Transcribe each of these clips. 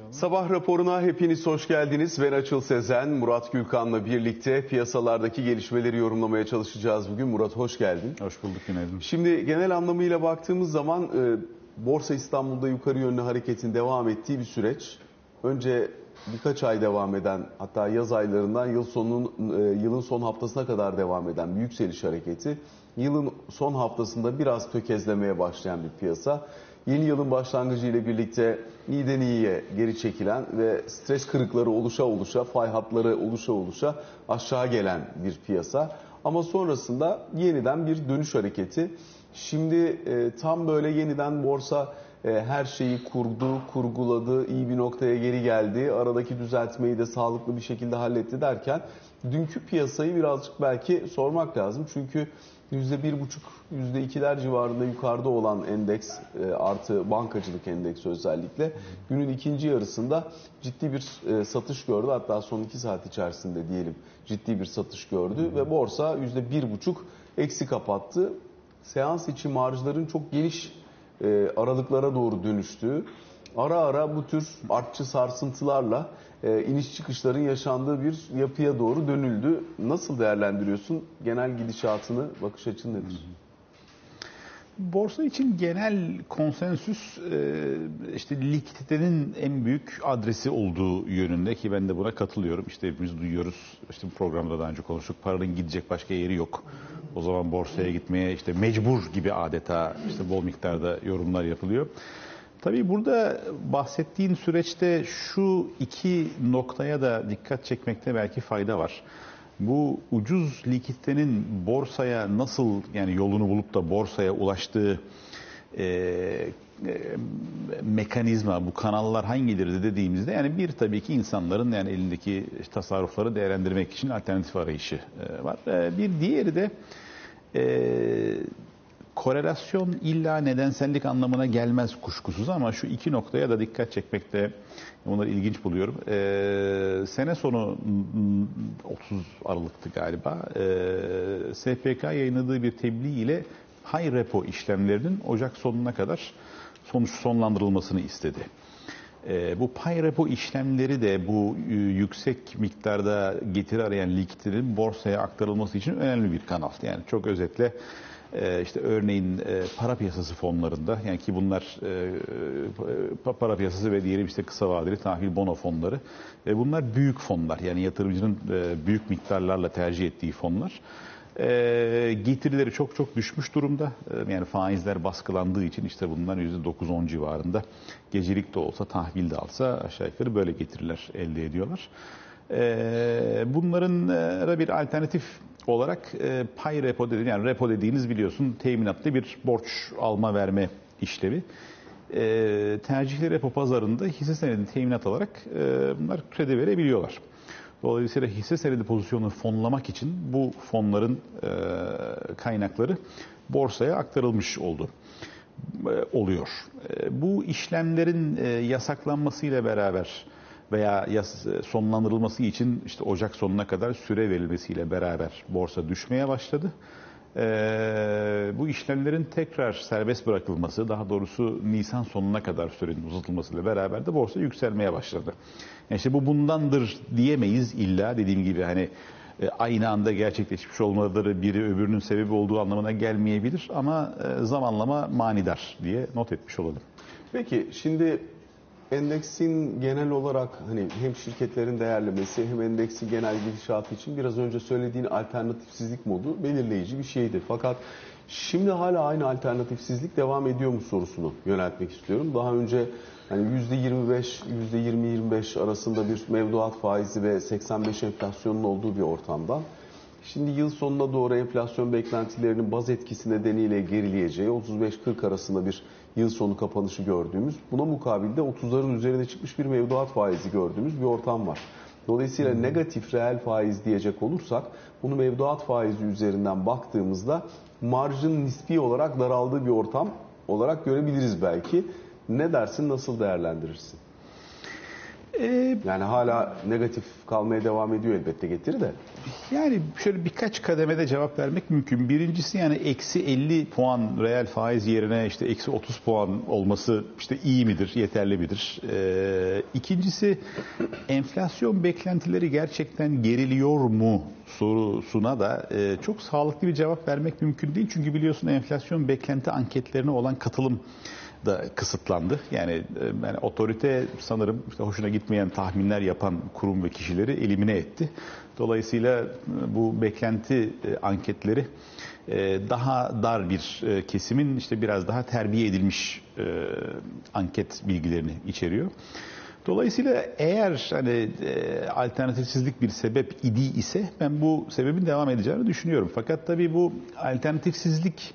Sabah raporuna hepiniz hoş geldiniz. Ben Açıl Sezen, Murat Gülkan'la birlikte piyasalardaki gelişmeleri yorumlamaya çalışacağız bugün. Murat hoş geldin. Hoş bulduk günaydın. Şimdi genel anlamıyla baktığımız zaman Borsa İstanbul'da yukarı yönlü hareketin devam ettiği bir süreç. Önce birkaç ay devam eden, hatta yaz aylarından yılın son haftasına kadar devam eden bir yükseliş hareketi. Yılın son haftasında biraz tökezlemeye başlayan bir piyasa. Yeni yılın başlangıcı ile birlikte iyiden iyiye geri çekilen ve stres kırıkları oluşa, fay hatları oluşa aşağı gelen bir piyasa. Ama sonrasında yeniden bir dönüş hareketi. Şimdi tam böyle yeniden borsa her şeyi kurguladı, iyi bir noktaya geri geldi. Aradaki düzeltmeyi de sağlıklı bir şekilde halletti derken dünkü piyasayı birazcık belki sormak lazım. Çünkü %1,5, %2'ler civarında yukarıda olan endeks artı bankacılık endeksi özellikle günün ikinci yarısında ciddi bir satış gördü. Hatta son 2 saat içerisinde diyelim ciddi bir satış gördü ve borsa %1,5 eksi kapattı. Seans içi marjların çok geniş aralıklara doğru dönüştüğü, ara ara bu tür artçı sarsıntılarla iniş çıkışların yaşandığı bir yapıya doğru dönüldü. Nasıl değerlendiriyorsun? Genel gidişatını, bakış açın nedir? Borsa için genel konsensüs işte likiditenin en büyük adresi olduğu yönünde ki ben de buna katılıyorum. İşte hepimiz duyuyoruz. İşte bu programda daha önce konuştuk. Paranın gidecek başka yeri yok. O zaman borsaya gitmeye işte mecbur gibi adeta işte bol miktarda yorumlar yapılıyor. Tabii burada bahsettiğin süreçte şu iki noktaya da dikkat çekmekte belki fayda var. Bu ucuz likiditenin borsaya nasıl yani yolunu bulup da borsaya ulaştığı mekanizma, bu kanallar hangileri dediğimizde yani bir tabii ki insanların yani elindeki tasarrufları değerlendirmek için alternatif arayışı var. Bir diğeri de korelasyon illa nedensellik anlamına gelmez kuşkusuz ama şu iki noktaya da dikkat çekmekte bunları ilginç buluyorum. Sene sonu 30 Aralık'tı galiba. SPK yayınladığı bir tebliğ ile high repo işlemlerinin Ocak sonuna kadar sonlandırılmasını istedi. Bu high repo işlemleri de bu yüksek miktarda getiri arayan likiditenin borsaya aktarılması için önemli bir kanal. Yani çok özetle işte örneğin para piyasası fonlarında yani ki bunlar para piyasası ve diyelim işte kısa vadeli tahvil bono fonları bunlar büyük fonlar yani yatırımcının büyük miktarlarla tercih ettiği fonlar. Getirileri çok düşmüş durumda. Yani faizler baskılandığı için işte bunlar %9-10 civarında gecelik de olsa tahvil de alsa aşağı yukarı böyle getiriler elde ediyorlar. Bunların bir alternatif olarak pay repo dediğimiz yani repo dediğiniz biliyorsun teminatlı bir borç alma verme işlevi. Tercihli repo pazarında hisse senedi teminat alarak bunlar kredi verebiliyorlar. Dolayısıyla hisse senedi pozisyonunu fonlamak için bu fonların kaynakları borsaya aktarılmış oluyor. Bu işlemlerin yasaklanmasıyla beraber veya sonlandırılması için işte Ocak sonuna kadar süre verilmesiyle beraber borsa düşmeye başladı. Bu işlemlerin tekrar serbest bırakılması, daha doğrusu Nisan sonuna kadar sürenin uzatılmasıyla beraber de borsa yükselmeye başladı. Yani işte bu bundandır diyemeyiz illa dediğim gibi hani aynı anda gerçekleşmiş olmaları biri öbürünün sebebi olduğu anlamına gelmeyebilir ama zamanlama manidar diye not etmiş olalım. Peki şimdi endeksin genel olarak hani hem şirketlerin değerlemesi hem endeksin genel gidişatı için biraz önce söylediğin alternatifsizlik modu belirleyici bir şeydi. Fakat şimdi hala aynı alternatifsizlik devam ediyor mu sorusunu yöneltmek istiyorum. Daha önce hani %25, %20-25 arasında bir mevduat faizi ve 85 enflasyonun olduğu bir ortamdan şimdi yıl sonuna doğru enflasyon beklentilerinin baz etkisi nedeniyle gerileyeceği 35-40 arasında bir yıl sonu kapanışı gördüğümüz, buna mukabilde 30'ların üzerine çıkmış bir mevduat faizi gördüğümüz bir ortam var. Dolayısıyla negatif reel faiz diyecek olursak bunu mevduat faizi üzerinden baktığımızda marjın nispi olarak daraldığı bir ortam olarak görebiliriz belki. Ne dersin, nasıl değerlendirirsin? Yani hala negatif kalmaya devam ediyor elbette getiri de. Yani şöyle birkaç kademede cevap vermek mümkün. Birincisi yani eksi 50 puan reel faiz yerine işte eksi 30 puan olması işte iyi midir, yeterli midir? İkincisi enflasyon beklentileri gerçekten geriliyor mu sorusuna da çok sağlıklı bir cevap vermek mümkün değil. Çünkü biliyorsun enflasyon beklenti anketlerine olan katılım da kısıtlandı. Yani otorite sanırım işte hoşuna gitmeyen tahminler yapan kurum ve kişileri elimine etti. Dolayısıyla bu beklenti anketleri daha dar bir kesimin işte biraz daha terbiye edilmiş anket bilgilerini içeriyor. Dolayısıyla eğer hani alternatifsizlik bir sebep idi ise ben bu sebebin devam edeceğini düşünüyorum. Fakat tabii bu alternatifsizlik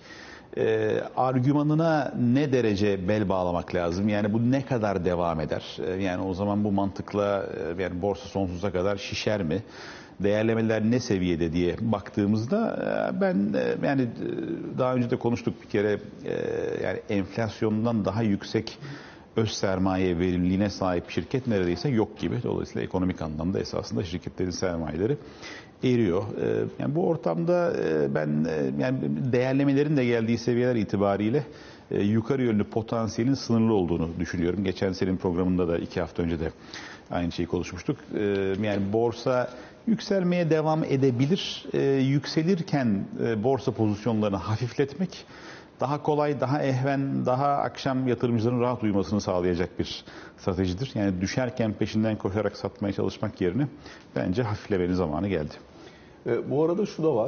argümanına ne derece bel bağlamak lazım? Yani bu ne kadar devam eder? Yani o zaman bu mantıkla yani borsa sonsuza kadar şişer mi? Değerlemeler ne seviyede diye baktığımızda ben yani daha önce de konuştuk bir kere yani enflasyondan daha yüksek öz sermaye verimliliğine sahip şirket neredeyse yok gibi. Dolayısıyla ekonomik anlamda esasında şirketlerin sermayeleri eriyor. Yani bu ortamda ben yani değerlemelerin de geldiği seviyeler itibariyle yukarı yönlü potansiyelin sınırlı olduğunu düşünüyorum. Geçen senin programında da 2 hafta önce de aynı şeyi konuşmuştuk. Yani borsa yükselmeye devam edebilir. Yükselirken borsa pozisyonlarını hafifletmek daha kolay, daha ehven, daha akşam yatırımcıların rahat uyumasını sağlayacak bir stratejidir. Yani düşerken peşinden koşarak satmaya çalışmak yerine bence hafiflemenin zamanı geldi. Bu arada şu da var.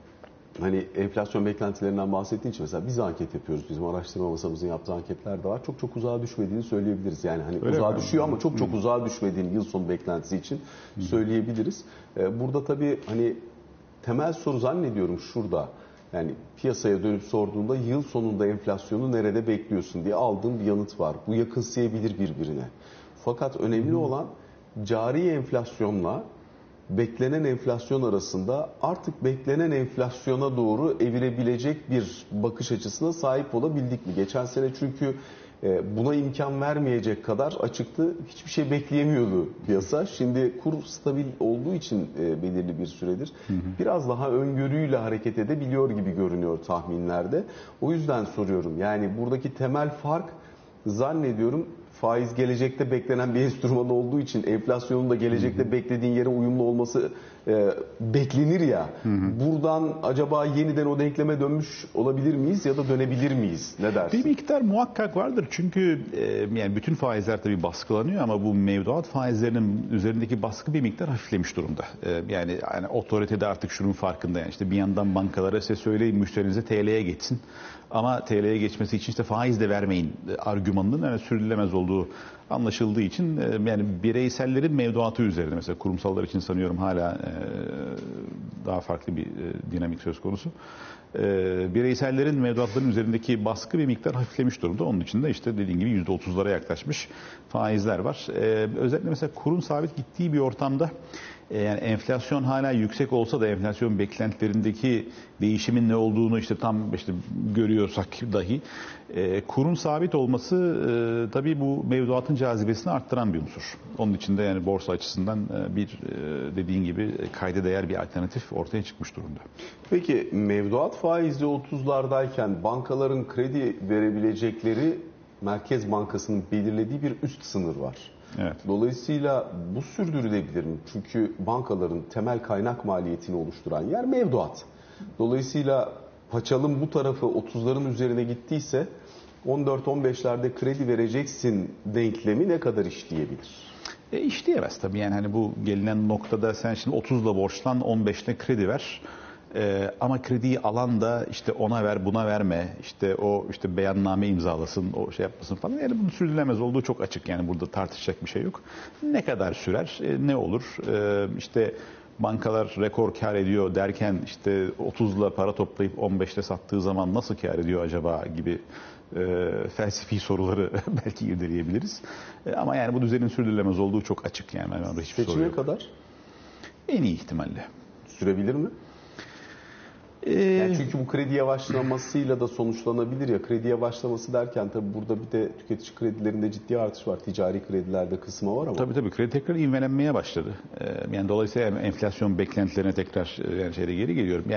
Hani enflasyon beklentilerinden bahsettiğin için mesela biz anket yapıyoruz. Bizim araştırma masamızın yaptığı anketler de var. Çok uzağa düşmediğini söyleyebiliriz. Yani hani öyle uzağa düşüyor ama çok uzağa düşmediğini yıl sonu beklentisi için söyleyebiliriz. Burada tabii hani temel soru zannediyorum şurada. Yani piyasaya dönüp sorduğunda yıl sonunda enflasyonu nerede bekliyorsun diye aldığım bir yanıt var. Bu yakınsayabilir birbirine. Fakat önemli olan cari enflasyonla beklenen enflasyon arasında artık beklenen enflasyona doğru evirebilecek bir bakış açısına sahip olabildik mi? Geçen sene çünkü buna imkan vermeyecek kadar açıktı. Hiçbir şey bekleyemiyordu piyasa. Şimdi kur stabil olduğu için belirli bir süredir biraz daha öngörüyle hareket edebiliyor gibi görünüyor tahminlerde. O yüzden soruyorum. Yani buradaki temel fark zannediyorum faiz gelecekte beklenen bir enstrüman olduğu için enflasyonun da gelecekte beklediğin yere uyumlu olması beklenir ya. Buradan acaba yeniden o denkleme dönmüş olabilir miyiz ya da dönebilir miyiz? Ne dersin? Bir miktar muhakkak vardır. Çünkü yani bütün faizler tabii baskılanıyor ama bu mevduat faizlerinin üzerindeki baskı bir miktar hafiflemiş durumda. Yani otoritede artık şunun farkında yani işte bir yandan bankalara size söyleyin müşterinize TL'ye geçsin. Ama TL'ye geçmesi için işte faiz de vermeyin argümanının yani sürdürülemez olduğu anlaşıldığı için yani bireysellerin mevduatı üzerinde mesela kurumsallar için sanıyorum hala daha farklı bir dinamik söz konusu. Bireysellerin mevduatların üzerindeki baskı bir miktar hafiflemiş durumda. Onun için de işte dediğim gibi %30'lara yaklaşmış faizler var. Özellikle mesela kurun sabit gittiği bir ortamda yani enflasyon hala yüksek olsa da enflasyon beklentilerindeki değişimin ne olduğunu işte tam işte görüyorsak dahi kurun sabit olması tabii bu mevduatın cazibesini arttıran bir unsur. Onun için de yani borsa açısından bir dediğin gibi kayda değer bir alternatif ortaya çıkmış durumda. Peki mevduat faizi 30'lardayken bankaların kredi verebilecekleri Merkez Bankası'nın belirlediği bir üst sınır var. Evet. Dolayısıyla bu sürdürülebilir mi? Çünkü bankaların temel kaynak maliyetini oluşturan yer mevduat. Dolayısıyla paçalın bu tarafı 30'ların üzerine gittiyse 14-15'lerde kredi vereceksin denklemi ne kadar işleyebilir? İşleyemez tabii yani hani bu gelinen noktada sen şimdi 30'la borçlan 15'te kredi ver. Ama krediyi alan da işte ona ver buna verme işte o işte beyanname imzalasın o şey yapmasın falan yani bunun sürdürülemez olduğu çok açık yani burada tartışacak bir şey yok. Ne kadar sürer ne olur işte bankalar rekor kar ediyor derken işte 30'la para toplayıp 15'te sattığı zaman nasıl kar ediyor acaba gibi felsefi soruları belki irdeleyebiliriz. Ama yani bu düzenin sürdürülemez olduğu çok açık yani. Seçime kadar? En iyi ihtimalle. Sürebilir mi? Yani çünkü bu kredi yavaşlamasıyla da sonuçlanabilir ya. Kredi yavaşlaması derken tabii burada bir de tüketici kredilerinde ciddi artış var. Ticari kredilerde kısmı var ama. Tabii kredi tekrar ivmelenmeye başladı. Yani dolayısıyla enflasyon beklentilerine tekrar yani geri geliyorum.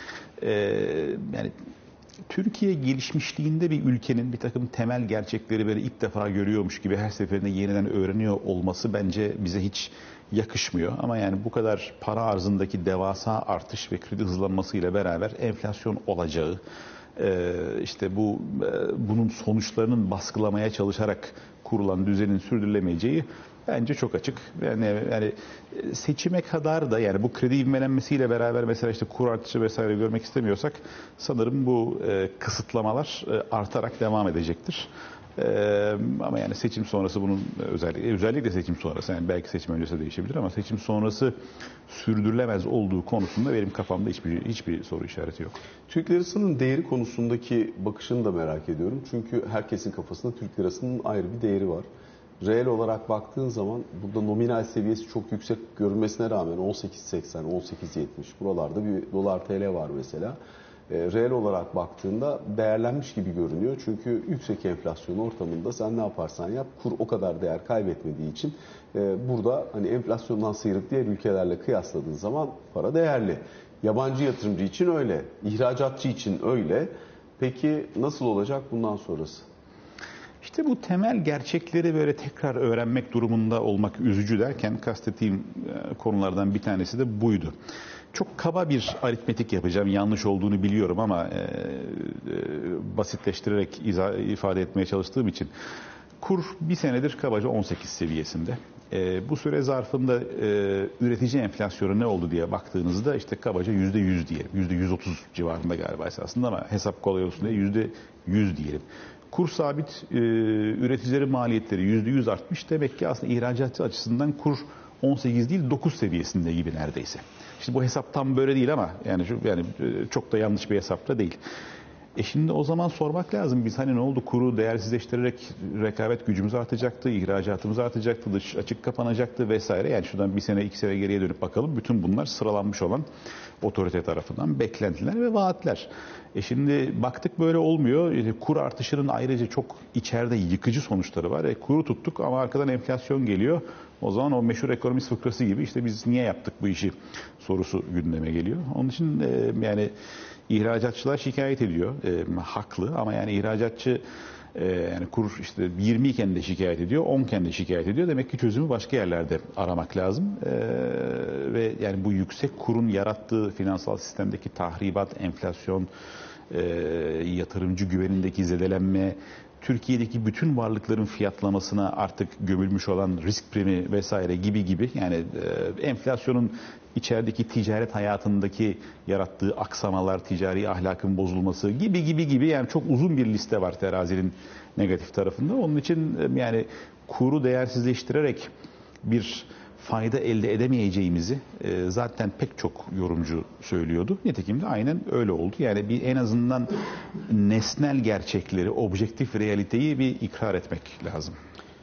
Yani Türkiye gelişmişliğinde bir ülkenin bir takım temel gerçekleri böyle ilk defa görüyormuş gibi her seferinde yeniden öğreniyor olması bence bize hiç yakışmıyor. Ama yani bu kadar para arzındaki devasa artış ve kredi hızlanmasıyla beraber enflasyon olacağı, işte bunun sonuçlarının baskılamaya çalışarak kurulan düzenin sürdürülemeyeceği bence çok açık. Yani seçime kadar da yani bu kredi ivmelenmesiyle beraber mesela işte kur artışı vesaire görmek istemiyorsak sanırım bu kısıtlamalar artarak devam edecektir. Ama yani seçim sonrası bunun özellikle seçim sonrası yani belki seçim öncesi değişebilir ama seçim sonrası sürdürülemez olduğu konusunda benim kafamda hiçbir soru işareti yok. Türk lirasının değeri konusundaki bakışını da merak ediyorum. Çünkü herkesin kafasında Türk lirasının ayrı bir değeri var. Reel olarak baktığın zaman burada nominal seviyesi çok yüksek görünmesine rağmen 18.80, 18.70 buralarda bir dolar TL var mesela. Reel olarak baktığında değerlenmiş gibi görünüyor. Çünkü yüksek enflasyon ortamında sen ne yaparsan yap kur o kadar değer kaybetmediği için burada hani enflasyondan sıyrılıp diğer ülkelerle kıyasladığın zaman para değerli. Yabancı yatırımcı için öyle, ihracatçı için öyle. Peki nasıl olacak bundan sonrası? İşte bu temel gerçekleri böyle tekrar öğrenmek durumunda olmak üzücü derken kastettiğim konulardan bir tanesi de buydu. Çok kaba bir aritmetik yapacağım. Yanlış olduğunu biliyorum ama basitleştirerek ifade etmeye çalıştığım için. Kur bir senedir kabaca 18 seviyesinde. Bu süre zarfında üretici enflasyonu ne oldu diye baktığınızda işte kabaca %100 diyelim. %130 civarında galiba esasında ama hesap kolay olsun diye %100 diyelim. Kur sabit, üreticilerin maliyetleri %100 artmış. Demek ki aslında ihracatçı açısından kur 18 değil 9 seviyesinde gibi neredeyse. İşte bu hesap tam böyle değil ama yani çok da yanlış bir hesap da değil. Şimdi o zaman sormak lazım biz hani ne oldu kuru değersizleştirerek rekabet gücümüz artacaktı, ihracatımız artacaktı, dış açık kapanacaktı vesaire. Yani şuradan bir sene 2 sene geriye dönüp bakalım bütün bunlar sıralanmış olan otorite tarafından beklentiler ve vaatler. Şimdi baktık böyle olmuyor. Kur artışının ayrıca çok içeride yıkıcı sonuçları var. Kuru tuttuk ama arkadan enflasyon geliyor. O zaman o meşhur ekonomist fıkrası gibi işte biz niye yaptık bu işi sorusu gündeme geliyor. Onun için yani ihracatçılar şikayet ediyor. Haklı ama yani ihracatçı yani kur işte 20 iken de şikayet ediyor, 10 iken de şikayet ediyor. Demek ki çözümü başka yerlerde aramak lazım. Ve yani bu yüksek kurun yarattığı finansal sistemdeki tahribat, enflasyon, yatırımcı güvenindeki zedelenme, Türkiye'deki bütün varlıkların fiyatlamasına artık gömülmüş olan risk primi vesaire gibi yani enflasyonun içerideki ticaret hayatındaki yarattığı aksamalar, ticari ahlakın bozulması gibi yani çok uzun bir liste var terazinin negatif tarafında. Onun için yani kuru değersizleştirerek bir fayda elde edemeyeceğimizi zaten pek çok yorumcu söylüyordu. Nitekim de aynen öyle oldu. Yani en azından nesnel gerçekleri, objektif realiteyi bir ikrar etmek lazım.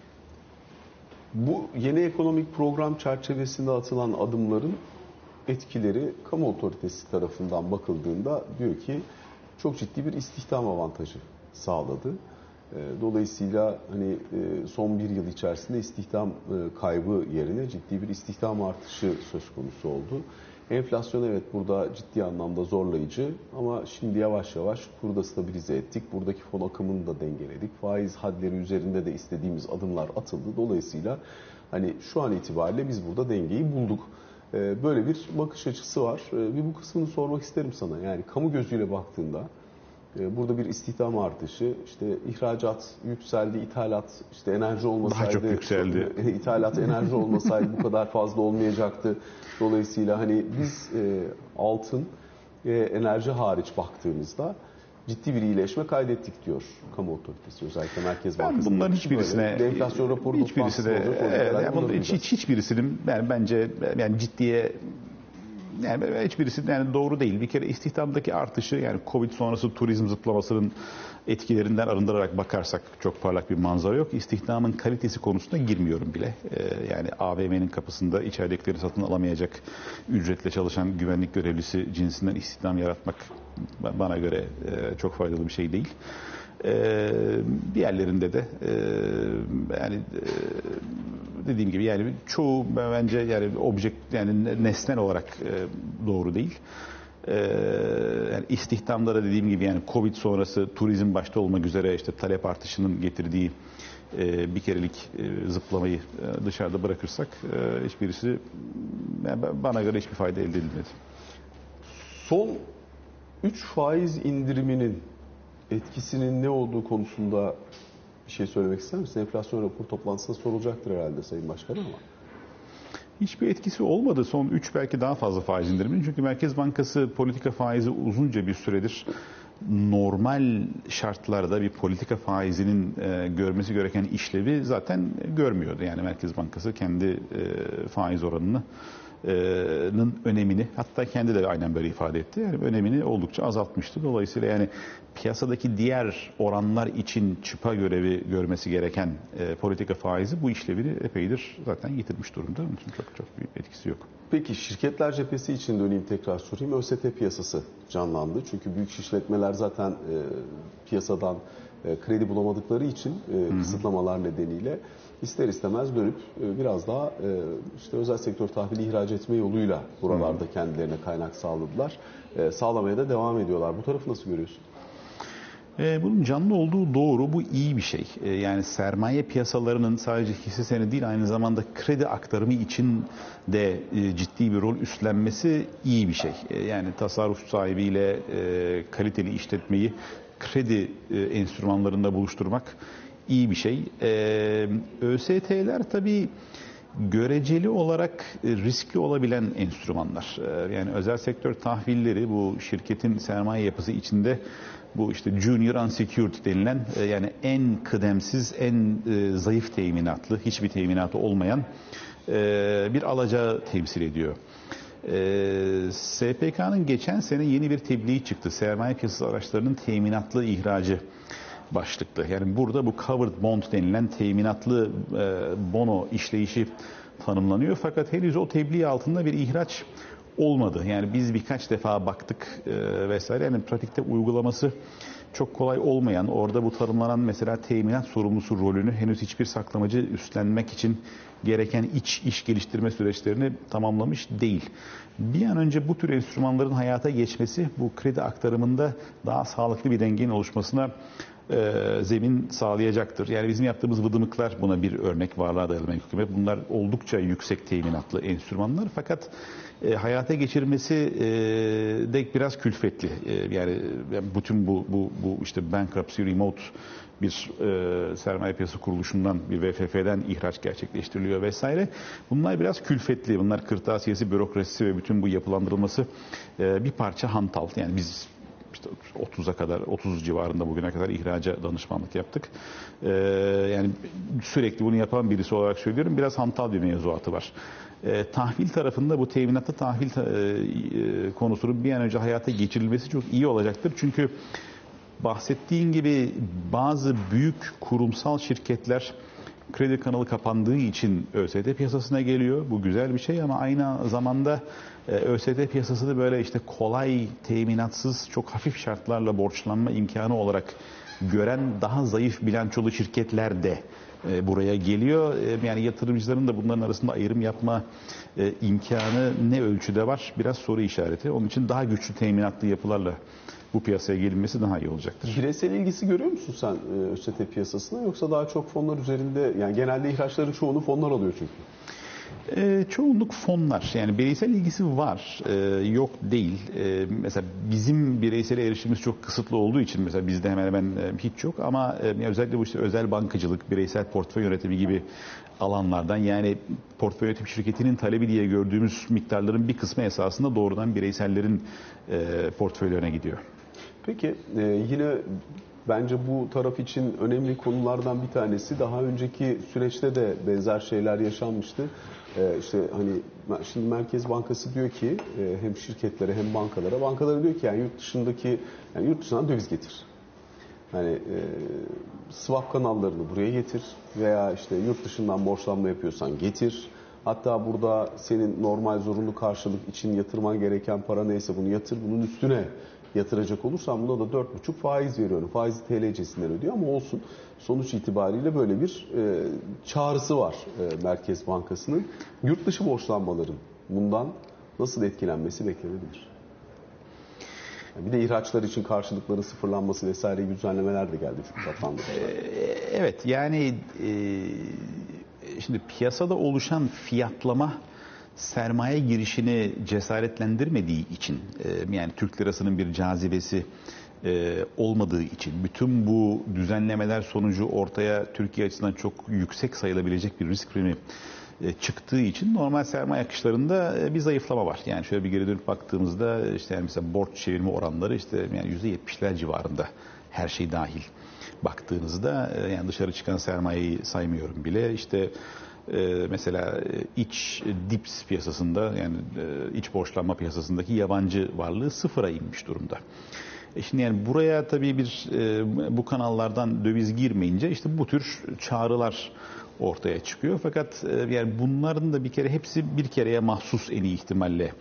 Bu yeni ekonomik program çerçevesinde atılan adımların etkileri kamu otoritesi tarafından bakıldığında diyor ki çok ciddi bir istihdam avantajı sağladı. Dolayısıyla hani son bir yıl içerisinde istihdam kaybı yerine ciddi bir istihdam artışı söz konusu oldu. Enflasyon evet burada ciddi anlamda zorlayıcı ama şimdi yavaş yavaş kuru da stabilize ettik. Buradaki fon akımını da dengeledik. Faiz hadleri üzerinde de istediğimiz adımlar atıldı. Dolayısıyla hani şu an itibariyle biz burada dengeyi bulduk. Böyle bir bakış açısı var. Bir bu kısmını sormak isterim sana. Yani kamu gözüyle baktığında burada bir istihdam artışı, işte ihracat yükseldi, ithalat, işte enerji olmasaydı, daha çok yükseldi. İthalat enerji olmasaydı bu kadar fazla olmayacaktı. Dolayısıyla hani biz altın enerji hariç baktığımızda ciddi bir iyileşme kaydettik diyor kamu otoritesi, özellikle Merkez Bankası. Bunların hiçbirisine enflasyon raporu hiçbirisinin yani bence yani ciddiye Yani hiçbirisi yani doğru değil. Bir kere istihdamdaki artışı, yani Covid sonrası turizm zıplamasının etkilerinden arındırarak bakarsak çok parlak bir manzara yok. İstihdamın kalitesi konusunda girmiyorum bile. Yani AVM'nin kapısında içeridekileri satın alamayacak ücretle çalışan güvenlik görevlisi cinsinden istihdam yaratmak bana göre çok faydalı bir şey değil. Diğerlerinde de yani dediğim gibi yani çoğu bence yani yani nesnel olarak doğru değil. Yani istihdamlara dediğim gibi yani Covid sonrası turizm başta olmak üzere işte talep artışının getirdiği bir kerelik zıplamayı dışarıda bırakırsak hiçbirisi yani bana göre hiçbir fayda elde edilmedi. Son 3 faiz indiriminin etkisinin ne olduğu konusunda bir şey söylemek ister misin? Enflasyon raporu toplantısında sorulacaktır herhalde Sayın Başkan ama. Hiçbir etkisi olmadı. Son 3 belki daha fazla faiz indiriminin. Çünkü Merkez Bankası politika faizi uzunca bir süredir normal şartlarda bir politika faizinin görmesi gereken işlevi zaten görmüyordu. Yani Merkez Bankası kendi faiz oranının önemini, hatta kendi de aynen böyle ifade etti. Yani önemini oldukça azaltmıştı. Dolayısıyla yani piyasadaki diğer oranlar için çıpa görevi görmesi gereken politika faizi bu işlevini epeydir zaten yitirmiş durumda. Onun için çok büyük etkisi yok. Peki şirketler cephesi için döneyim tekrar sorayım. ÖST piyasası canlandı. Çünkü büyük işletmeler zaten piyasadan kredi bulamadıkları için kısıtlamalar nedeniyle ister istemez dönüp biraz daha işte özel sektör tahvili ihraç etme yoluyla buralarda kendilerine kaynak sağladılar. Sağlamaya da devam ediyorlar. Bu tarafı nasıl görüyorsun? Bunun canlı olduğu doğru, bu iyi bir şey. Yani sermaye piyasalarının sadece hisse senedi değil, aynı zamanda kredi aktarımı için de ciddi bir rol üstlenmesi iyi bir şey. Yani tasarruf sahibiyle kaliteli işletmeyi kredi enstrümanlarında buluşturmak iyi bir şey. ÖST'ler tabii göreceli olarak riskli olabilen enstrümanlar. Yani özel sektör tahvilleri bu şirketin sermaye yapısı içinde bu işte junior unsecured denilen yani en kıdemsiz, en zayıf teminatlı, hiçbir teminatı olmayan bir alacağı temsil ediyor. SPK'nın geçen sene yeni bir tebliği çıktı. Sermaye piyasası araçlarının teminatlı ihracı başlıklı. Yani burada bu covered bond denilen teminatlı bono işleyişi tanımlanıyor. Fakat henüz o tebliğ altında bir ihraç olmadı. Yani biz birkaç defa baktık vesaire. Yani pratikte uygulaması çok kolay olmayan, orada bu tanımlanan mesela teminat sorumlusu rolünü henüz hiçbir saklamacı üstlenmek için gereken iş geliştirme süreçlerini tamamlamış değil. Bir an önce bu tür enstrümanların hayata geçmesi bu kredi aktarımında daha sağlıklı bir dengenin oluşmasına zemin sağlayacaktır. Yani bizim yaptığımız vıdımıklar buna bir örnek, varlığa dayalı menkul. Bunlar oldukça yüksek teminatlı enstrümanlar, fakat hayata geçirmesi de biraz külfetli. Yani bütün bu işte bankruptcy remote bir sermaye piyasası kuruluşundan, bir VFF'den ihraç gerçekleştiriliyor vesaire. Bunlar biraz külfetli. Bunlar kırtasiyesi, bürokrasisi ve bütün bu yapılandırılması bir parça hantal. Yani biz işte 30 civarında bugüne kadar ihraca danışmanlık yaptık. Yani sürekli bunu yapan birisi olarak söylüyorum. Biraz hantal bir mevzuatı var. Tahvil tarafında bu teminatlı tahvil konusunun bir an önce hayata geçirilmesi çok iyi olacaktır. Çünkü bahsettiğin gibi bazı büyük kurumsal şirketler kredi kanalı kapandığı için ÖST piyasasına geliyor. Bu güzel bir şey ama aynı zamanda ÖST piyasası da böyle işte kolay, teminatsız, çok hafif şartlarla borçlanma imkanı olarak gören daha zayıf bilançolu şirketler de buraya geliyor. Yani yatırımcıların da bunların arasında ayrım yapma imkanı ne ölçüde var? Biraz soru işareti. Onun için daha güçlü teminatlı yapılarla bu piyasaya gelinmesi daha iyi olacaktır. Bireysel ilgisi görüyor musun sen ÖST piyasasına, yoksa daha çok fonlar üzerinde, yani genelde ihraçların çoğunu fonlar alıyor çünkü? Çoğunluk fonlar. Yani bireysel ilgisi var. Yok değil. Mesela bizim bireysel erişimimiz çok kısıtlı olduğu için mesela bizde hemen hemen hiç yok ama özellikle bu işte özel bankacılık, bireysel portföy yönetimi gibi alanlardan, yani portföy yönetim şirketinin talebi diye gördüğümüz miktarların bir kısmı esasında doğrudan bireysellerin portföylerine gidiyor. Peki yine bence bu taraf için önemli konulardan bir tanesi, daha önceki süreçte de benzer şeyler yaşanmıştı. İşte hani şimdi Merkez Bankası diyor ki hem şirketlere hem bankalara diyor ki yani yurt dışından döviz getir. Hani swap kanallarını buraya getir veya işte yurt dışından borçlanma yapıyorsan getir. Hatta burada senin normal zorunlu karşılık için yatırman gereken para neyse bunu yatır. Bunun üstüne yatıracak olursan buna da 4,5 faiz veriyorum. Faizi TL cinsinden ödüyor ama olsun. Sonuç itibariyle böyle bir çağrısı var Merkez Bankası'nın. Yurt dışı borçlanmaların bundan nasıl etkilenmesi beklenebilir? Bir de ihraçlar için karşılıkların sıfırlanması vesaire düzenlemeler de geldi çünkü vatandaşlar. Evet yani şimdi piyasada oluşan fiyatlama sermaye girişini cesaretlendirmediği için yani Türk lirasının bir cazibesi olmadığı için bütün bu düzenlemeler sonucu ortaya Türkiye açısından çok yüksek sayılabilecek bir risk primi çıktığı için normal sermaye akışlarında bir zayıflama var. Yani şöyle bir geri dönüp baktığımızda işte yani mesela borç çevirme oranları işte yani %70'ler civarında her şey dahil baktığınızda yani dışarı çıkan sermayeyi saymıyorum bile işte mesela iç DIPS piyasasında yani iç borçlanma piyasasındaki yabancı varlığı sıfıra inmiş durumda. Şimdi yani buraya tabii bu kanallardan döviz girmeyince işte bu tür çağrılar ortaya çıkıyor. Fakat yani bunların da bir kere hepsi bir kereye mahsus en iyi ihtimalle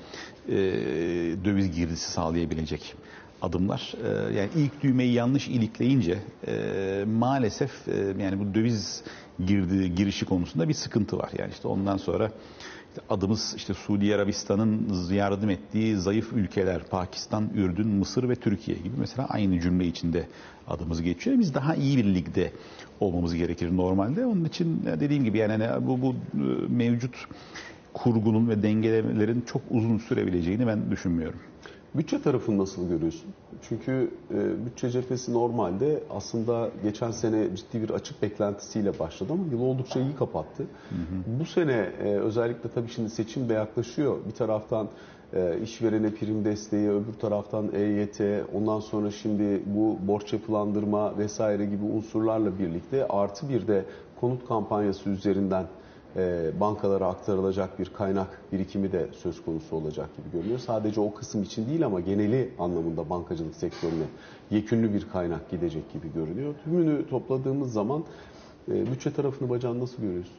döviz girdisi sağlayabilecek adımlar. Yani ilk düğmeyi yanlış ilikleyince maalesef yani bu döviz girişi konusunda bir sıkıntı var. Yani işte ondan sonra adımız işte Suudi Arabistan'ın yardım ettiği zayıf ülkeler Pakistan, Ürdün, Mısır ve Türkiye gibi mesela aynı cümle içinde adımız geçiyor. Biz daha iyi bir ligde olmamız gerekir normalde. Onun için dediğim gibi yani bu mevcut kurgunun ve dengelemelerin çok uzun sürebileceğini ben düşünmüyorum. Bütçe tarafını nasıl görüyorsun? Çünkü bütçe cephesi normalde aslında geçen sene ciddi bir açık beklentisiyle başladı ama yılı oldukça iyi kapattı. Bu sene özellikle tabii şimdi seçim de yaklaşıyor. Bir taraftan işverene prim desteği, öbür taraftan EYT, ondan sonra şimdi bu borç yapılandırma vesaire gibi unsurlarla birlikte artı bir de konut kampanyası üzerinden bankalara aktarılacak bir kaynak birikimi de söz konusu olacak gibi görünüyor. Sadece o kısım için değil ama geneli anlamında bankacılık sektörüne yekünlü bir kaynak gidecek gibi görünüyor. Tümünü topladığımız zaman bütçe tarafını bacağını nasıl görüyorsun?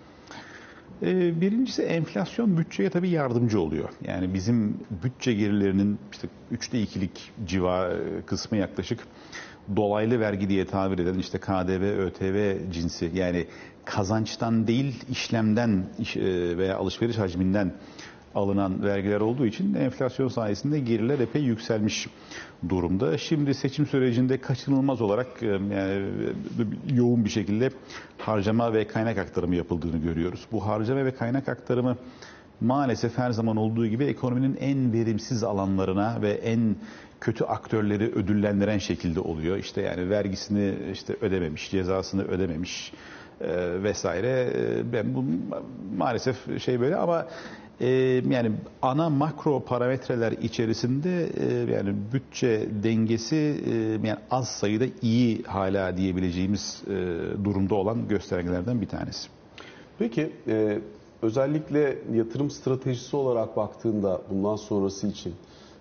Birincisi enflasyon bütçeye tabii yardımcı oluyor. Yani bizim bütçe gelirlerinin işte 3'te 2'lik kısmı yaklaşık dolaylı vergi diye tabir edilen işte KDV, ÖTV cinsi yani kazançtan değil işlemden veya alışveriş hacminden alınan vergiler olduğu için enflasyon sayesinde gelirler epey yükselmiş durumda. Şimdi seçim sürecinde kaçınılmaz olarak yani yoğun bir şekilde harcama ve kaynak aktarımı yapıldığını görüyoruz. Bu harcama ve kaynak aktarımı maalesef her zaman olduğu gibi ekonominin en verimsiz alanlarına ve en kötü aktörleri ödüllendiren şekilde oluyor. İşte yani vergisini işte ödememiş, cezasını ödememiş vesaire. Ben bu maalesef böyle ama yani ana makro parametreler içerisinde yani bütçe dengesi yani az sayıda iyi hala diyebileceğimiz durumda olan göstergelerden bir tanesi. Peki özellikle yatırım stratejisi olarak baktığında bundan sonrası için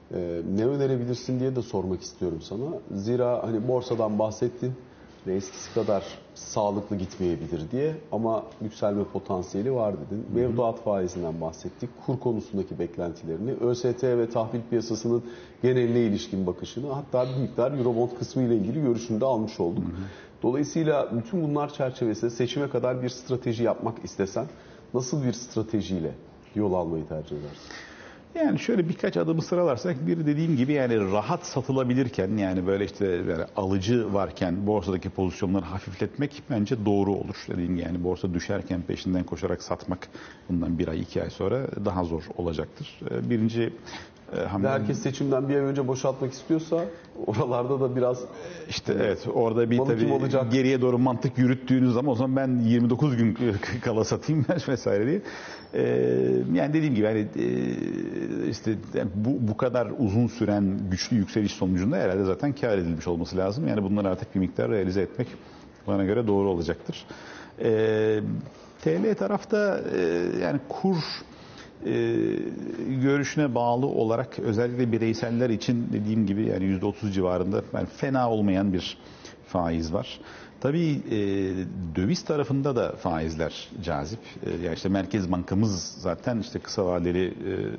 ne önerebilirsin diye de sormak istiyorum sana. Zira hani borsadan bahsettin ve eskisi kadar sağlıklı gitmeyebilir diye ama yükselme potansiyeli var dedin. Mevduat faizinden bahsettik. Kur konusundaki beklentilerini, ÖST ve tahvil piyasasının geneline ilişkin bakışını hatta bir miktar Eurobond kısmı ile ilgili görüşünü de almış olduk. Dolayısıyla bütün bunlar çerçevesinde seçime kadar bir strateji yapmak istesen nasıl bir stratejiyle yol almayı tercih edersin? Yani şöyle birkaç adımı sıralarsak bir dediğim gibi yani rahat satılabilirken yani böyle işte yani alıcı varken borsadaki pozisyonları hafifletmek bence doğru olur. Dediğim gibi yani borsa düşerken peşinden koşarak satmak bundan bir ay 2 ay sonra daha zor olacaktır. Birinci herkes seçimden bir ay önce boşaltmak istiyorsa oralarda da biraz işte evet orada bir tabii geriye doğru mantık yürüttüğünüz zaman o zaman ben 29 gün kala satayım vesaire diye. Yani dediğim gibi yani işte yani bu kadar uzun süren güçlü yükseliş sonucunda herhalde zaten kâr edilmiş olması lazım. Yani bunları artık bir miktar realize etmek bana göre doğru olacaktır. TL tarafta yani kur görüşüne bağlı olarak özellikle bireyseller için dediğim gibi yani %30 civarında yani fena olmayan bir faiz var. Tabii döviz tarafında da faizler cazip. Yani işte Merkez Bankamız zaten işte kısa vadeli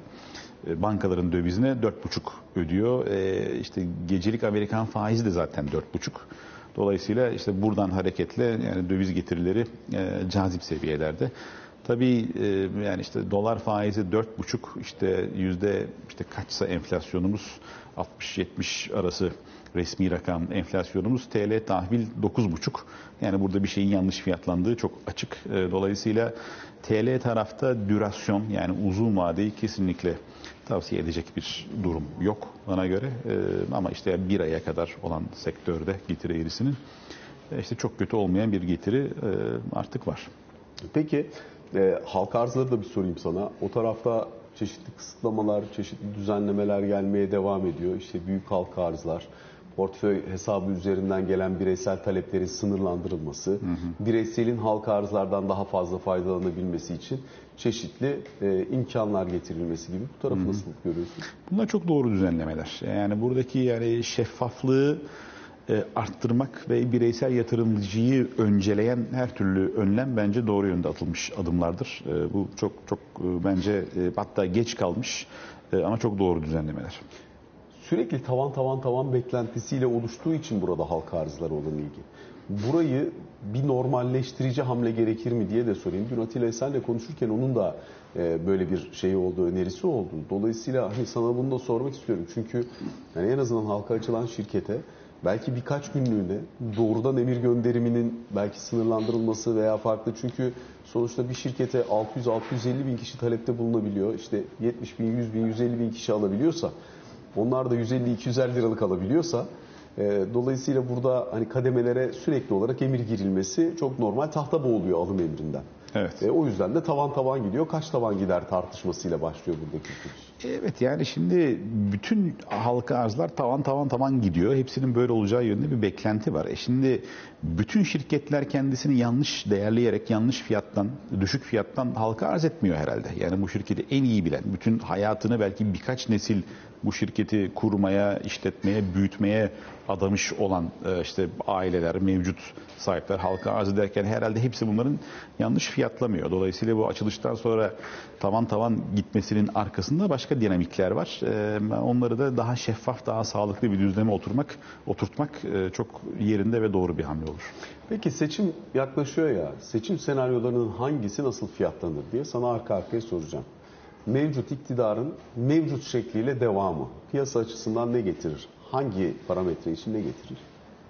bankaların dövizine 4,5 ödüyor. İşte gecelik Amerikan faizi de zaten 4,5. Dolayısıyla işte buradan hareketle yani döviz getirileri cazip seviyelerde. Tabii yani işte dolar faizi 4,5 işte yüzde işte kaçsa enflasyonumuz 60-70 arası resmi rakam enflasyonumuz, TL tahvil 9,5. Yani burada bir şeyin yanlış fiyatlandığı çok açık. Dolayısıyla TL tarafta dürasyon yani uzun vadeyi kesinlikle tavsiye edecek bir durum yok bana göre. Ama işte bir aya kadar olan sektörde getiri eğrisinin işte çok kötü olmayan bir getiri artık var. Peki halka arzları da bir sorayım sana. O tarafta çeşitli kısıtlamalar, çeşitli düzenlemeler gelmeye devam ediyor. İşte büyük halka arzlar, portföy hesabı üzerinden gelen bireysel taleplerin sınırlandırılması, bireyselin halka arzlardan daha fazla faydalanabilmesi için çeşitli imkanlar getirilmesi gibi. Bu tarafı nasıl görüyorsun? Bunlar çok doğru düzenlemeler. Yani buradaki yani şeffaflığı arttırmak ve bireysel yatırımcıyı önceleyen her türlü önlem bence doğru yönde atılmış adımlardır. Bu çok bence hatta geç kalmış ama çok doğru düzenlemeler. Sürekli tavan beklentisiyle oluştuğu için burada halka arzlara olan ilgi. Burayı bir normalleştirici hamle gerekir mi diye de sorayım. Dün Atilla Esen'le konuşurken onun da böyle bir şey oldu, önerisi oldu. Dolayısıyla hani sana bunu da sormak istiyorum. Çünkü yani en azından halka açılan şirkete belki birkaç günlüğüne doğrudan emir gönderiminin belki sınırlandırılması veya farklı. Çünkü sonuçta bir şirkete 600-650 bin kişi talepte bulunabiliyor. İşte 70 bin, 100 bin, 150 bin kişi alabiliyorsa, onlar da 150-250 liralık alabiliyorsa, dolayısıyla burada hani kademelere sürekli olarak emir girilmesi çok normal. Tahta boğuluyor alım emrinden. Evet. O yüzden de tavan gidiyor. Kaç tavan gider tartışmasıyla başlıyor buradaki süreç. Evet yani şimdi bütün halka arzlar tavan gidiyor. Hepsinin böyle olacağı yönünde bir beklenti var. Şimdi bütün şirketler kendisini yanlış değerleyerek yanlış fiyattan, düşük fiyattan halka arz etmiyor herhalde. Yani bu şirketi en iyi bilen, bütün hayatını belki birkaç nesil bu şirketi kurmaya, işletmeye, büyütmeye adamış olan işte aileler, mevcut sahipler halka arz ederken herhalde hepsi bunların yanlış fiyatlamıyor. Dolayısıyla bu açılıştan sonra tavan gitmesinin arkasında başka dinamikler var. Onları da daha şeffaf, daha sağlıklı bir düzleme oturtmak çok yerinde ve doğru bir hamle olur. Peki seçim yaklaşıyor ya, seçim senaryolarının hangisi nasıl fiyatlanır diye sana arka arkaya soracağım. Mevcut iktidarın mevcut şekliyle devamı piyasa açısından ne getirir? Hangi parametre için ne getirir?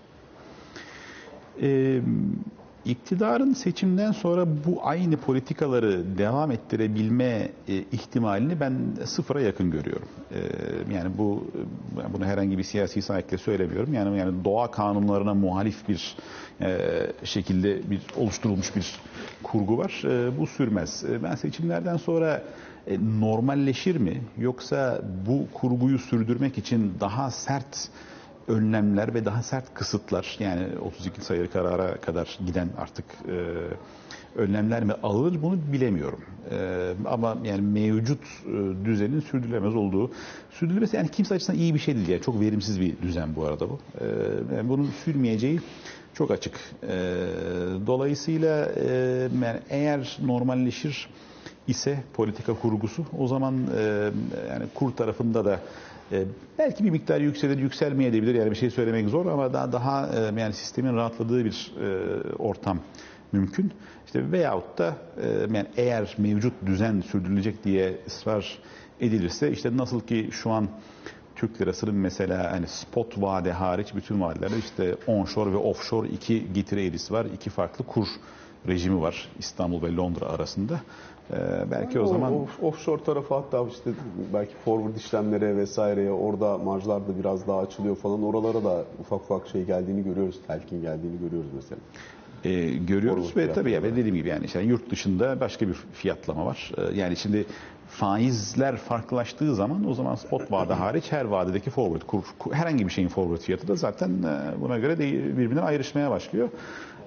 İktidarın seçimden sonra bu aynı politikaları devam ettirebilme ihtimalini ben sıfıra yakın görüyorum. Yani bunu herhangi bir siyasi sahikle söylemiyorum. Yani doğa kanunlarına muhalif bir şekilde oluşturulmuş bir kurgu var. Bu sürmez. Ben seçimlerden sonra normalleşir mi? Yoksa bu kurguyu sürdürmek için daha sert önlemler ve daha sert kısıtlar yani 32 sayılı karara kadar giden artık önlemler mi alınır bunu bilemiyorum. Ama yani mevcut düzenin sürdürülemez olduğu, sürdürülmesi yani kimse açısından iyi bir şey değil. Yani çok verimsiz bir düzen bu arada bu. Yani bunun sürmeyeceği çok açık. Dolayısıyla yani eğer normalleşir ise politika kurgusu o zaman yani kur tarafında da belki bir miktar yükselir, yükselmeyebilir. Yani bir şey söylemek zor ama daha yani sistemin rahatladığı bir ortam mümkün. İşte veyahut da yani eğer mevcut düzen sürdürülecek diye ısrar edilirse işte nasıl ki şu an Türk lirasının mesela hani spot vade hariç bütün vadelerde işte onshore ve offshore iki getiri eğrisi var. İki farklı kur rejimi var İstanbul ve Londra arasında. Belki o zaman offshore tarafı hatta işte belki forward işlemlere vesaireye orada marjlar da biraz daha açılıyor falan. Oralara da ufak şey geldiğini görüyoruz. Telkin geldiğini görüyoruz mesela. Görüyoruz ve tabii ya dediğim gibi yani işte yurt dışında başka bir fiyatlama var. Yani şimdi faizler farklılaştığı zaman o zaman spot vade hariç her vadedeki forward herhangi bir şeyin forward fiyatı da zaten buna göre birbirinden ayrışmaya başlıyor.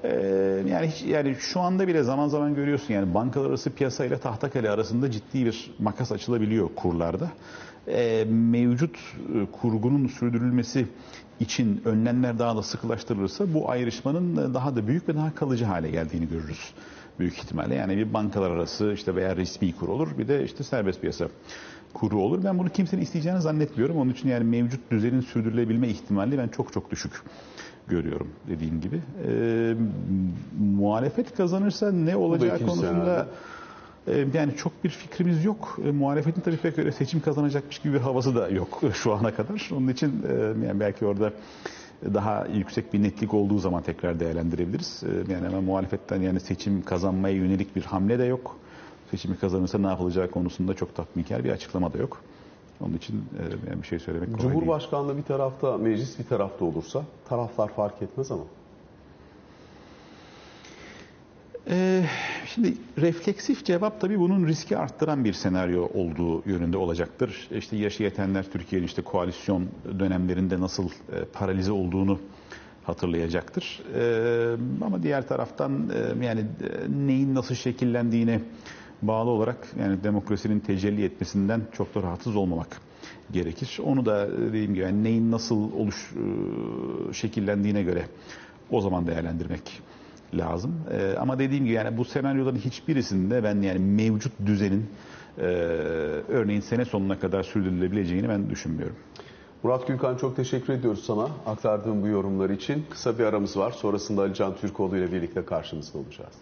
Yani şu anda bile zaman zaman görüyorsun, yani bankalar arası piyasayla Tahtakale arasında ciddi bir makas açılabiliyor kurlarda. Mevcut kurgunun sürdürülmesi için önlemler daha da sıkılaştırılırsa bu ayrışmanın daha da büyük ve daha kalıcı hale geldiğini görürüz büyük ihtimalle. Yani bir bankalar arası işte veya resmi kur olur, bir de işte serbest piyasa kuru olur. Ben bunu kimsenin isteyeceğini zannetmiyorum. Onun için yani mevcut düzenin sürdürülebilme ihtimali ben çok çok düşük görüyorum dediğim gibi. Muhalefet kazanırsa ne olacağı konusunda yani çok bir fikrimiz yok. Muhalefetin tabii pek öyle seçim kazanacakmış gibi bir havası da yok şu ana kadar. Onun için yani belki orada daha yüksek bir netlik olduğu zaman tekrar değerlendirebiliriz. Yani ama muhalefetten yani seçim kazanmaya yönelik bir hamle de yok. Seçimi kazanırsa ne yapılacağı konusunda çok tatminkar bir açıklama da yok. Onun için yani bir şey söylemek kolay değil. Cumhurbaşkanlığı bir tarafta, meclis bir tarafta olursa taraflar fark etmez ama. Şimdi refleksif cevap tabii bunun riski arttıran bir senaryo olduğu yönünde olacaktır. İşte yaşı yetenler Türkiye'nin işte koalisyon dönemlerinde nasıl paralize olduğunu hatırlayacaktır. Ama diğer taraftan yani neyin nasıl şekillendiğine bağlı olarak yani demokrasinin tecelli etmesinden çok da rahatsız olmamak gerekir. Onu da dediğim gibi yani neyin nasıl şekillendiğine göre o zaman değerlendirmek lazım. Ama dediğim gibi yani bu senaryoların hiçbirisinde ben yani mevcut düzenin örneğin sene sonuna kadar sürdürülebileceğini ben düşünmüyorum. Murat Gülkan, çok teşekkür ediyoruz sana aktardığın bu yorumlar için. Kısa bir aramız var. Sonrasında Ali Can Türkoğlu ile birlikte karşınızda olacağız.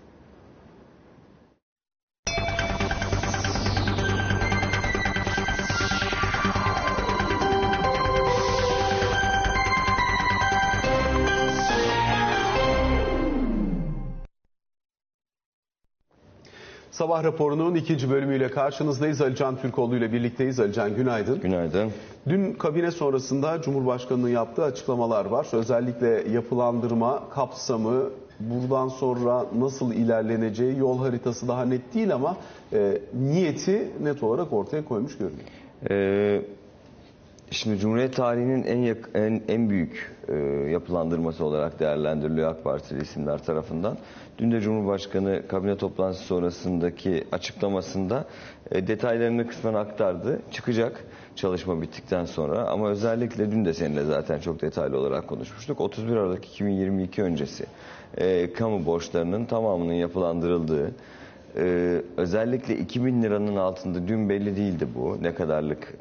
Sabah raporunun ikinci bölümüyle karşınızdayız. Ali Can Türkoğlu ile birlikteyiz. Ali Can, günaydın. Günaydın. Dün kabine sonrasında Cumhurbaşkanı'nın yaptığı açıklamalar var. Özellikle yapılandırma kapsamı, buradan sonra nasıl ilerleneceği, yol haritası daha net değil ama niyeti net olarak ortaya koymuş görünüyor. Şimdi Cumhuriyet tarihinin en büyük yapılandırması olarak değerlendiriliyor AK Partili isimler tarafından. Dün de Cumhurbaşkanı kabine toplantısı sonrasındaki açıklamasında detaylarını kısmen aktardı. Çıkacak çalışma bittikten sonra, ama özellikle dün de seninle zaten çok detaylı olarak konuşmuştuk. 31 Aralık 2022 öncesi kamu borçlarının tamamının yapılandırıldığı, özellikle 2000 liranın altında, dün belli değildi bu ne kadarlık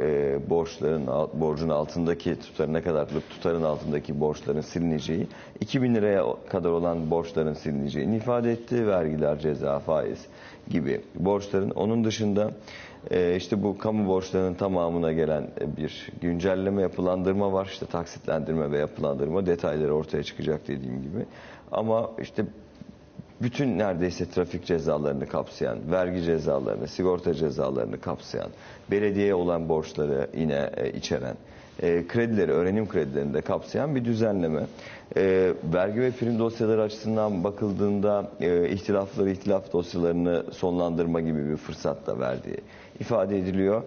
borcun altındaki tutarın, ne kadarlık tutarın altındaki borçların silineceği, 2000 liraya kadar olan borçların silineceğini ifade etti. Vergiler, ceza, faiz gibi borçların. Onun dışında işte bu kamu borçlarının tamamına gelen bir güncelleme, yapılandırma var. İşte taksitlendirme ve yapılandırma detayları ortaya çıkacak dediğim gibi. Ama işte bütün neredeyse trafik cezalarını kapsayan, vergi cezalarını, sigorta cezalarını kapsayan, belediyeye olan borçları yine içeren, kredileri, öğrenim kredilerini de kapsayan bir düzenleme. Vergi ve prim dosyaları açısından bakıldığında ihtilaf dosyalarını sonlandırma gibi bir fırsat da verdiği ifade ediliyor.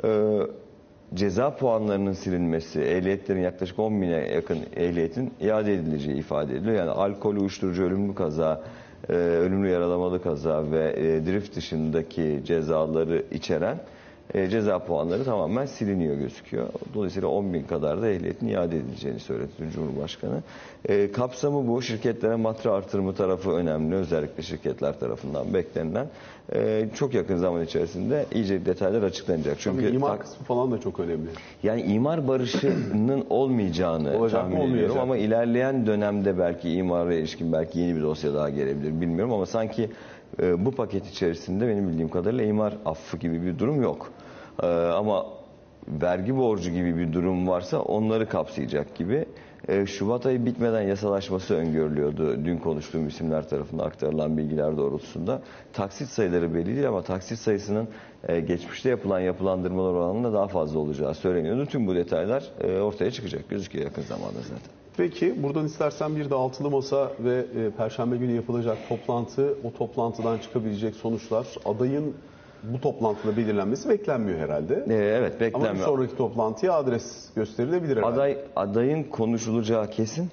Ceza puanlarının silinmesi, ehliyetlerin yaklaşık 10.000'e yakın ehliyetin iade edileceği ifade ediliyor. Yani alkol, uyuşturucu, ölümlü kaza, ölümlü yaralamalı kaza ve drift dışındaki cezaları içeren ceza puanları tamamen siliniyor gözüküyor. Dolayısıyla 10.000 kadar da ehliyetin iade edileceğini söyledi Cumhurbaşkanı. Kapsamı bu. Şirketlere matra artırımı tarafı önemli. Özellikle şirketler tarafından beklenilen. Çok yakın zaman içerisinde iyice detaylar açıklanacak. Çünkü imar kısmı falan da çok önemli. Yani imar barışının olmayacağını tahmin ediyorum, ama ilerleyen dönemde belki imara ilişkin belki yeni bir dosya daha gelebilir, bilmiyorum, ama sanki bu paket içerisinde benim bildiğim kadarıyla imar affı gibi bir durum yok. Ama vergi borcu gibi bir durum varsa onları kapsayacak gibi. Şubat ayı bitmeden yasalaşması öngörülüyordu. Dün konuştuğum isimler tarafından aktarılan bilgiler doğrultusunda. Taksit sayıları belli değil, ama taksit sayısının geçmişte yapılan yapılandırmalar oranında daha fazla olacağı söyleniyordu. Tüm bu detaylar ortaya çıkacak gözüküyor yakın zamanda zaten. Peki buradan istersen bir de altılı masa ve Perşembe günü yapılacak toplantı, o toplantıdan çıkabilecek sonuçlar, adayın bu toplantıda belirlenmesi beklenmiyor herhalde. Evet, beklenmiyor. Ama bir sonraki toplantıya adres gösterilebilir herhalde. Adayın konuşulacağı kesin,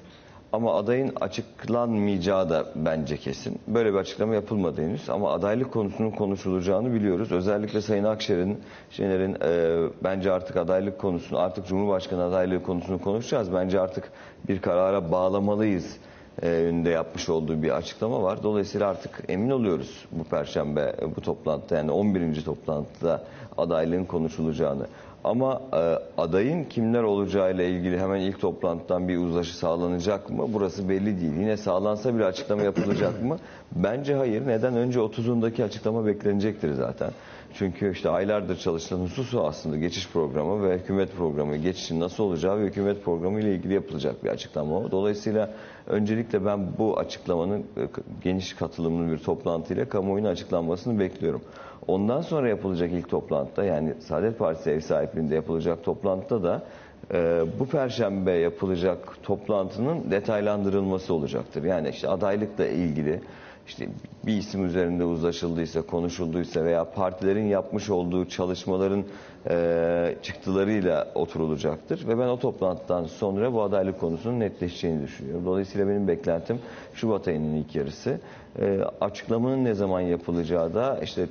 Ama adayın açıklanmayacağı da bence kesin. Böyle bir açıklama yapılmadı henüz ama adaylık konusunun konuşulacağını biliyoruz. Özellikle Sayın Akşener'in bence artık adaylık konusunu, artık Cumhurbaşkanı adaylığı konusunu konuşacağız. Bence artık bir karara bağlamalıyız önünde yapmış olduğu bir açıklama var. Dolayısıyla artık emin oluyoruz bu Perşembe bu toplantıda, yani 11. toplantıda adaylığın konuşulacağını. Ama adayın kimler olacağıyla ilgili hemen ilk toplantıdan bir uzlaşı sağlanacak mı? Burası belli değil. Yine sağlansa bile açıklama yapılacak mı? Bence hayır. Neden? Önce 30'undaki açıklama beklenecektir zaten. Çünkü işte aylardır çalışılan hususu aslında geçiş programı ve hükümet programı, geçişin nasıl olacağı ve hükümet programı ile ilgili yapılacak bir açıklama o. Dolayısıyla öncelikle ben bu açıklamanın geniş katılımlı bir toplantıyla kamuoyuna açıklanmasını bekliyorum. Ondan sonra yapılacak ilk toplantıda, yani Saadet Partisi ev sahipliğinde yapılacak toplantıda da bu Perşembe yapılacak toplantının detaylandırılması olacaktır. Yani işte adaylıkla ilgili işte bir isim üzerinde uzlaşıldıysa, konuşulduysa veya partilerin yapmış olduğu çalışmaların çıktılarıyla oturulacaktır. Ve ben o toplantıdan sonra bu adaylık konusunun netleşeceğini düşünüyorum. Dolayısıyla benim beklentim Şubat ayının ilk yarısı. Açıklamanın ne zaman yapılacağı da işte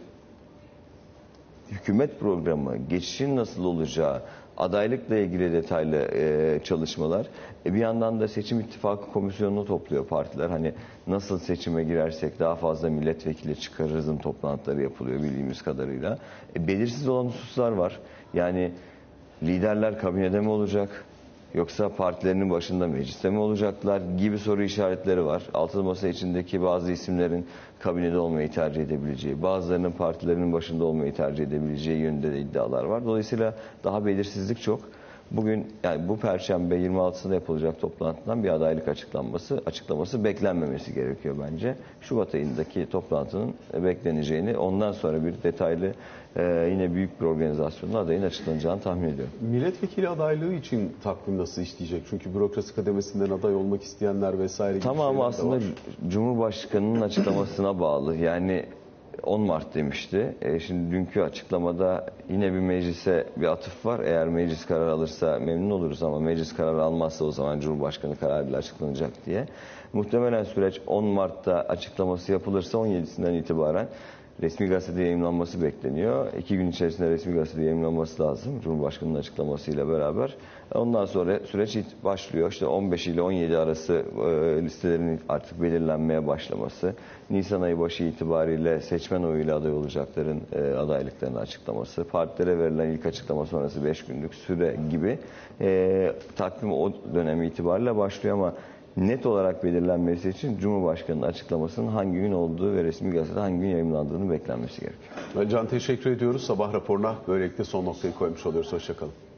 hükümet programı, geçişin nasıl olacağı, adaylıkla ilgili detaylı çalışmalar. Bir yandan da seçim ittifakı komisyonunu topluyor partiler. Hani nasıl seçime girersek daha fazla milletvekili çıkarırızın toplantıları yapılıyor bildiğimiz kadarıyla. Belirsiz olan hususlar var. Yani liderler kabinede mi olacak? Yoksa partilerinin başında mecliste mi olacaklar gibi soru işaretleri var. Altılı Masa içindeki bazı isimlerin kabinede olmayı tercih edebileceği, bazılarının partilerinin başında olmayı tercih edebileceği yönünde de iddialar var. Dolayısıyla daha belirsizlik çok. Bugün, yani bu Perşembe 26'sında yapılacak toplantıdan bir adaylık açıklaması beklenmemesi gerekiyor bence. Şubat ayındaki toplantının bekleneceğini, ondan sonra bir detaylı yine büyük bir organizasyonla adayın açıklanacağını tahmin ediyorum. Milletvekili adaylığı için takvim nasıl işleyecek? Çünkü bürokrasi kademesinden aday olmak isteyenler vesaire gibi Tamamı aslında var. Cumhurbaşkanı'nın açıklamasına bağlı. Yani 10 Mart demişti. Şimdi dünkü açıklamada yine bir meclise bir atıf var. Eğer meclis karar alırsa memnun oluruz ama meclis kararı almazsa o zaman Cumhurbaşkanı kararıyla açıklanacak diye. Muhtemelen süreç 10 Mart'ta açıklaması yapılırsa 17'sinden itibaren resmi gazetede yayımlanması bekleniyor. 2 gün içerisinde resmi gazetede yayımlanması lazım Cumhurbaşkanı'nın açıklamasıyla beraber. Ondan sonra süreç başlıyor. İşte 15 ile 17 arası listelerin artık belirlenmeye başlaması. Nisan ayı başı itibariyle seçmen oyuyla aday olacakların adaylıklarını açıklaması. Partilere verilen ilk açıklama sonrası 5 günlük süre gibi takvim o dönem itibariyle başlıyor ama net olarak belirlenmesi için Cumhurbaşkanı'nın açıklamasının hangi gün olduğu ve resmi gazetede hangi gün yayımlandığını beklenmesi gerekiyor. Can, teşekkür ediyoruz. Sabah raporuna böylelikle son noktayı koymuş oluyoruz. Hoşçakalın.